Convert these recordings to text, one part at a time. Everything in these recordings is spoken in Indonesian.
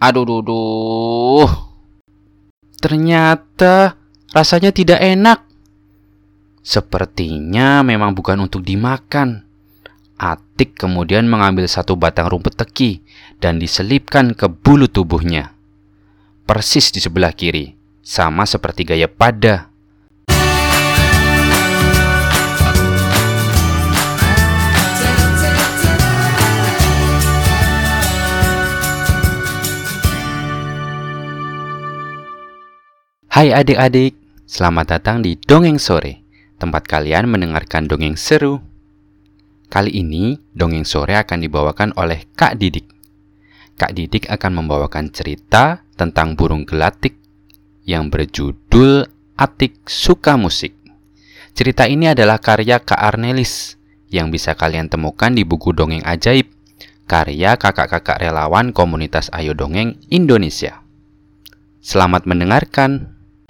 Aduh, duduh. Ternyata rasanya tidak enak. Sepertinya memang bukan untuk dimakan. Atik kemudian mengambil satu batang rumput teki dan diselipkan ke bulu tubuhnya. Persis di sebelah kiri, sama seperti gaya Pada. Hai adik-adik, selamat datang di Dongeng Sore, tempat kalian mendengarkan dongeng seru. Kali ini, Dongeng Sore akan dibawakan oleh Kak Didik. Kak Didik akan membawakan cerita tentang burung gelatik yang berjudul Atik Suka Musik. Cerita ini adalah karya Kak Arnelis yang bisa kalian temukan di buku Dongeng Ajaib, karya kakak-kakak relawan komunitas Ayo Dongeng Indonesia. Selamat mendengarkan.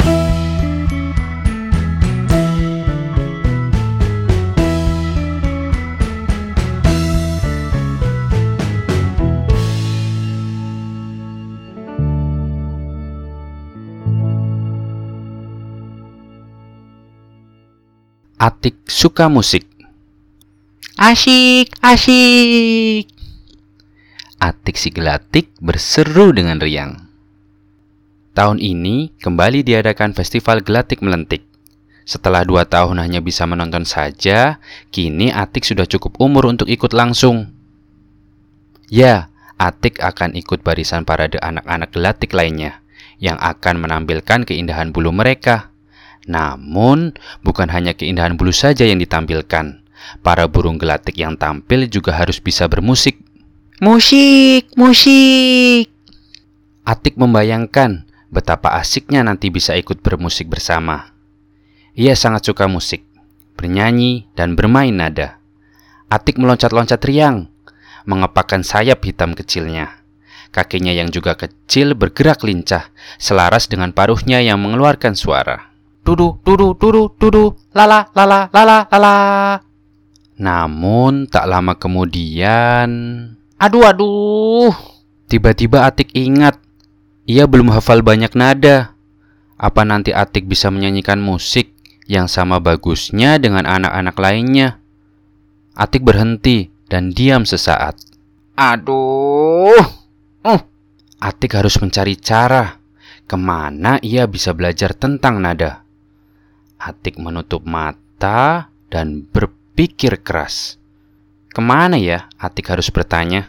Atik Suka Musik. Asyik, asyik. Atik si gelatik berseru dengan riang. Tahun ini kembali diadakan Festival Gelatik Melentik. Setelah 2 tahun hanya bisa menonton saja, kini Atik sudah cukup umur untuk ikut langsung. Ya, Atik akan ikut barisan parade anak-anak gelatik lainnya yang akan menampilkan keindahan bulu mereka. Namun, bukan hanya keindahan bulu saja yang ditampilkan. Para burung gelatik yang tampil juga harus bisa bermusik. Musik, musik. Atik membayangkan betapa asiknya nanti bisa ikut bermusik bersama. Ia sangat suka musik, bernyanyi, dan bermain nada. Atik meloncat-loncat riang, mengepakkan sayap hitam kecilnya. Kakinya yang juga kecil bergerak lincah, selaras dengan paruhnya yang mengeluarkan suara. Dudu, dudu, dudu, dudu, lala, lala, lala, lala. Namun, tak lama kemudian... Aduh. Tiba-tiba Atik ingat, ia belum hafal banyak nada. Apa nanti Atik bisa menyanyikan musik yang sama bagusnya dengan anak-anak lainnya? Atik berhenti dan diam sesaat. Aduh. Atik harus mencari cara. Kemana ia bisa belajar tentang nada? Atik menutup mata dan berpikir keras. Kemana ya Atik harus bertanya?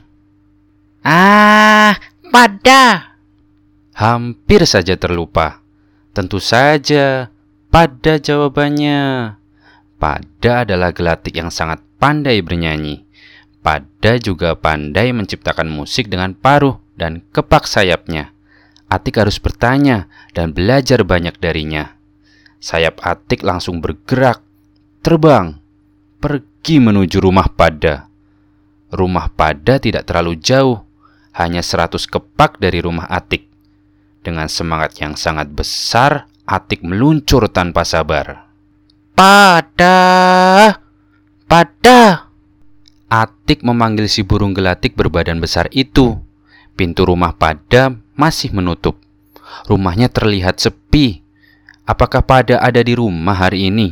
Pada. Hampir saja terlupa. Tentu saja, Pada jawabannya. Pada adalah gelatik yang sangat pandai bernyanyi. Pada juga pandai menciptakan musik dengan paruh dan kepak sayapnya. Atik harus bertanya dan belajar banyak darinya. Sayap Atik langsung bergerak, terbang, pergi menuju rumah Pada. Rumah Pada tidak terlalu jauh, hanya 100 kepak dari rumah Atik. Dengan semangat yang sangat besar, Atik meluncur tanpa sabar. Pada! Pada! Atik memanggil si burung gelatik berbadan besar itu. Pintu rumah Pada masih menutup. Rumahnya terlihat sepi. Apakah Pada ada di rumah hari ini?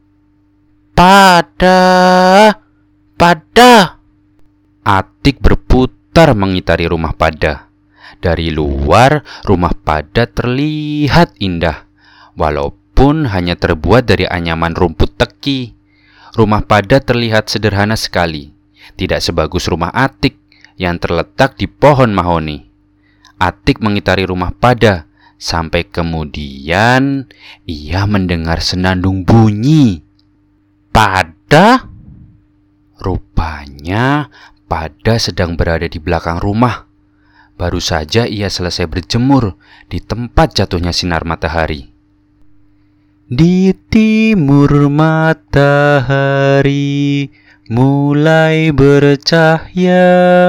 Pada! Pada! Atik berputar mengitari rumah Pada. Dari luar, rumah Pada terlihat indah, walaupun hanya terbuat dari anyaman rumput teki. Rumah Pada terlihat sederhana sekali, tidak sebagus rumah Atik yang terletak di pohon mahoni. Atik mengitari rumah Pada, sampai kemudian ia mendengar senandung bunyi. Pada? Rupanya Pada sedang berada di belakang rumah. Baru saja ia selesai berjemur di tempat jatuhnya sinar matahari. Di timur matahari mulai bercahaya.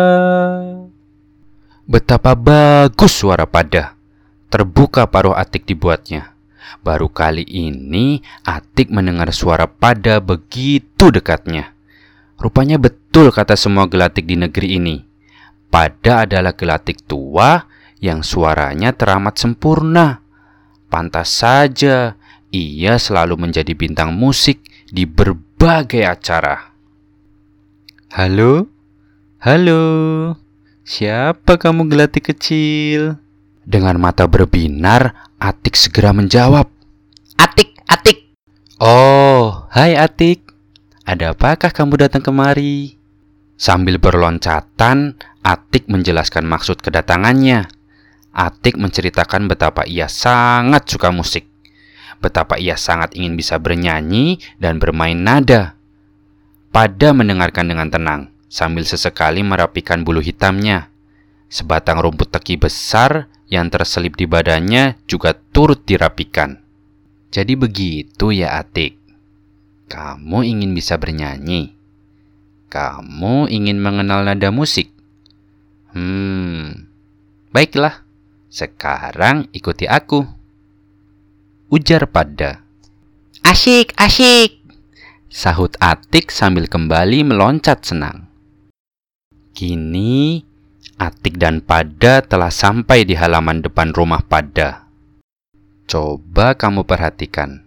Betapa bagus suara Pada. Terbuka paruh Atik dibuatnya. Baru kali ini Atik mendengar suara Pada begitu dekatnya. Rupanya betul kata semua gelatik di negeri ini. Pada adalah gelatik tua yang suaranya teramat sempurna. Pantas saja ia selalu menjadi bintang musik di berbagai acara. Halo? Halo? Siapa kamu Gelatik kecil? Dengan mata berbinar, Atik segera menjawab. Atik, Atik. Oh, hai Atik. Ada apakah kamu datang kemari? Sambil berloncatan, Atik menjelaskan maksud kedatangannya. Atik menceritakan betapa ia sangat suka musik, betapa ia sangat ingin bisa bernyanyi dan bermain nada. Pada mendengarkan dengan tenang, sambil sesekali merapikan bulu hitamnya. Sebatang rumput teki besar yang terselip di badannya juga turut dirapikan. Jadi begitu ya Atik. Kamu ingin bisa bernyanyi? Kamu ingin mengenal nada musik? Baiklah. Sekarang ikuti aku, ujar Pada. Asyik, asyik, sahut Atik sambil kembali meloncat senang. Kini, Atik dan Pada telah sampai di halaman depan rumah Pada. Coba kamu perhatikan.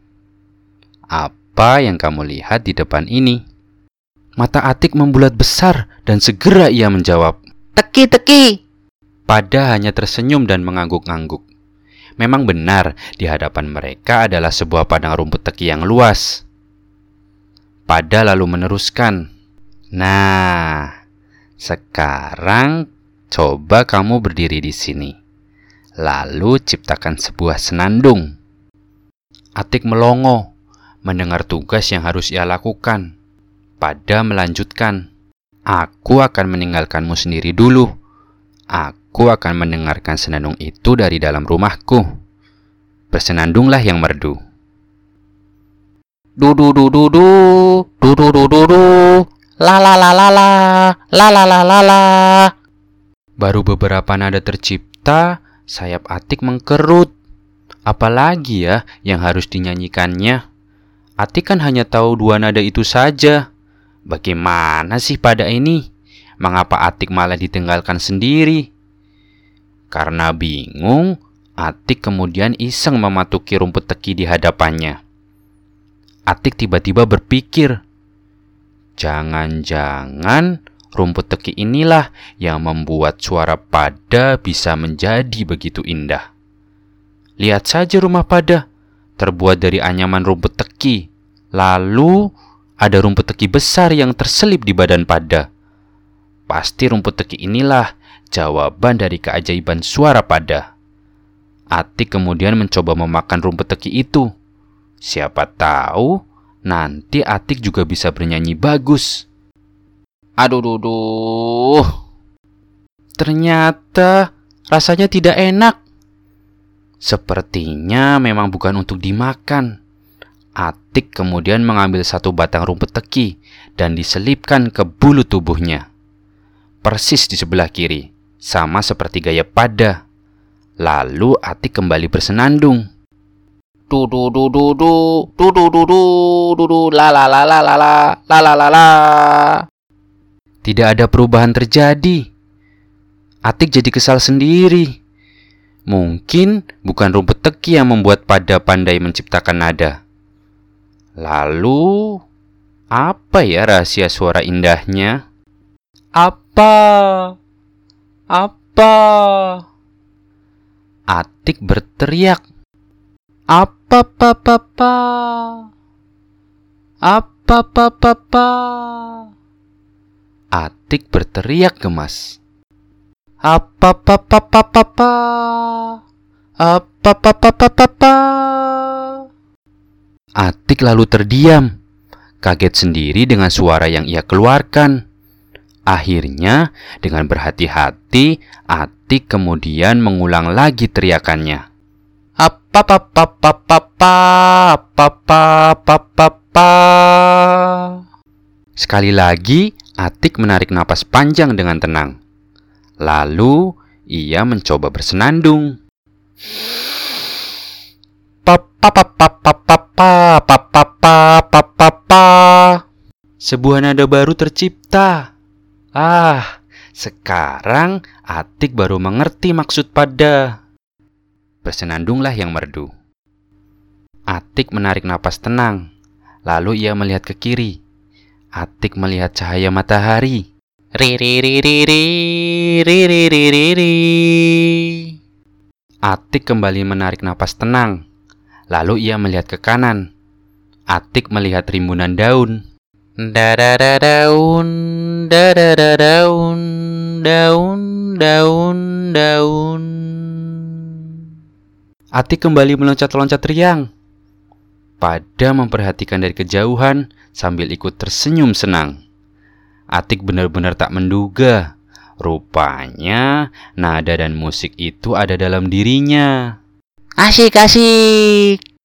Apa yang kamu lihat di depan ini? Mata Atik membulat besar dan segera ia menjawab. Teki, teki. Pada hanya tersenyum dan mengangguk-angguk. Memang benar, di hadapan mereka adalah sebuah padang rumput teki yang luas. Pada lalu meneruskan. Nah, sekarang coba kamu berdiri di sini. Lalu ciptakan sebuah senandung. Atik melongo, mendengar tugas yang harus ia lakukan. Pada melanjutkan. Aku akan meninggalkanmu sendiri dulu. Aku akan mendengarkan senandung itu dari dalam rumahku. Bersenandunglah yang merdu. Du-du-du-du-du, du-du-du-du-du, la-la-la-la-la, la-la-la-la-la. Baru beberapa nada tercipta, sayap Atik mengkerut. Apalagi ya yang harus dinyanyikannya? Atik kan hanya tahu 2 nada itu saja. Bagaimana sih Pada ini? Mengapa Atik malah ditinggalkan sendiri? Karena bingung, Atik kemudian iseng mematuki rumput teki di hadapannya. Atik tiba-tiba berpikir, jangan-jangan rumput teki inilah yang membuat suara Pada bisa menjadi begitu indah. Lihat saja rumah Pada, terbuat dari anyaman rumput teki. Lalu ada rumput teki besar yang terselip di badan Pada. Pasti rumput teki inilah jawaban dari keajaiban suara Pada. Atik kemudian mencoba memakan rumput teki itu. Siapa tahu nanti Atik juga bisa bernyanyi bagus. Aduh. Ternyata rasanya tidak enak. Sepertinya memang bukan untuk dimakan. Atik kemudian mengambil 1 batang rumput teki dan diselipkan ke bulu tubuhnya. Persis di sebelah kiri, sama seperti gaya Pada. Lalu Atik kembali bersenandung. Du-du-du-du-du, du-du-du-du-du, la-la-la-la-la, la-la-la-la. Tidak ada perubahan terjadi. Atik jadi kesal sendiri. Mungkin bukan rumput teki yang membuat Pada pandai menciptakan nada. Lalu, apa ya rahasia suara indahnya? Apa? Atik berteriak. Apa? Atik berteriak gemas. Apa? Atik lalu terdiam, kaget sendiri dengan suara yang ia keluarkan. Akhirnya, dengan berhati-hati, Atik kemudian mengulang lagi teriakannya. Sekali lagi, Atik menarik napas panjang dengan tenang. Lalu, ia mencoba bersenandung. Sebuah nada baru tercipta. Sekarang Atik baru mengerti maksud pada. Bersenandunglah yang merdu. Atik menarik napas tenang. Lalu ia melihat ke kiri. Atik melihat cahaya matahari. Atik kembali menarik napas tenang. Lalu ia melihat ke kanan. Atik melihat rimbunan daun. Daun, daun, daun, daun, daun. Atik kembali meloncat-loncat riang. Pada memperhatikan dari kejauhan sambil ikut tersenyum senang. Atik benar-benar tak menduga. Rupanya nada dan musik itu ada dalam dirinya. Asik-asik.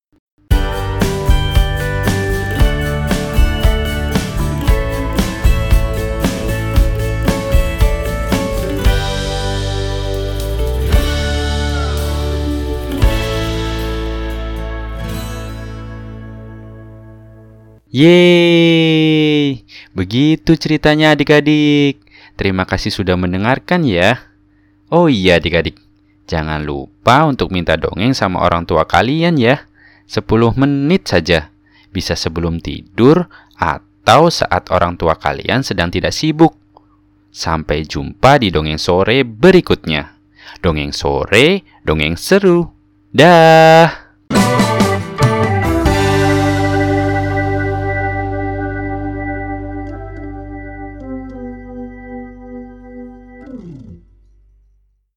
Yeay, begitu ceritanya adik-adik. Terima kasih sudah mendengarkan ya. Oh iya adik-adik, jangan lupa untuk minta dongeng sama orang tua kalian ya. 10 menit saja, bisa sebelum tidur atau saat orang tua kalian sedang tidak sibuk. Sampai jumpa di dongeng sore berikutnya. Dongeng sore, dongeng seru. Dah.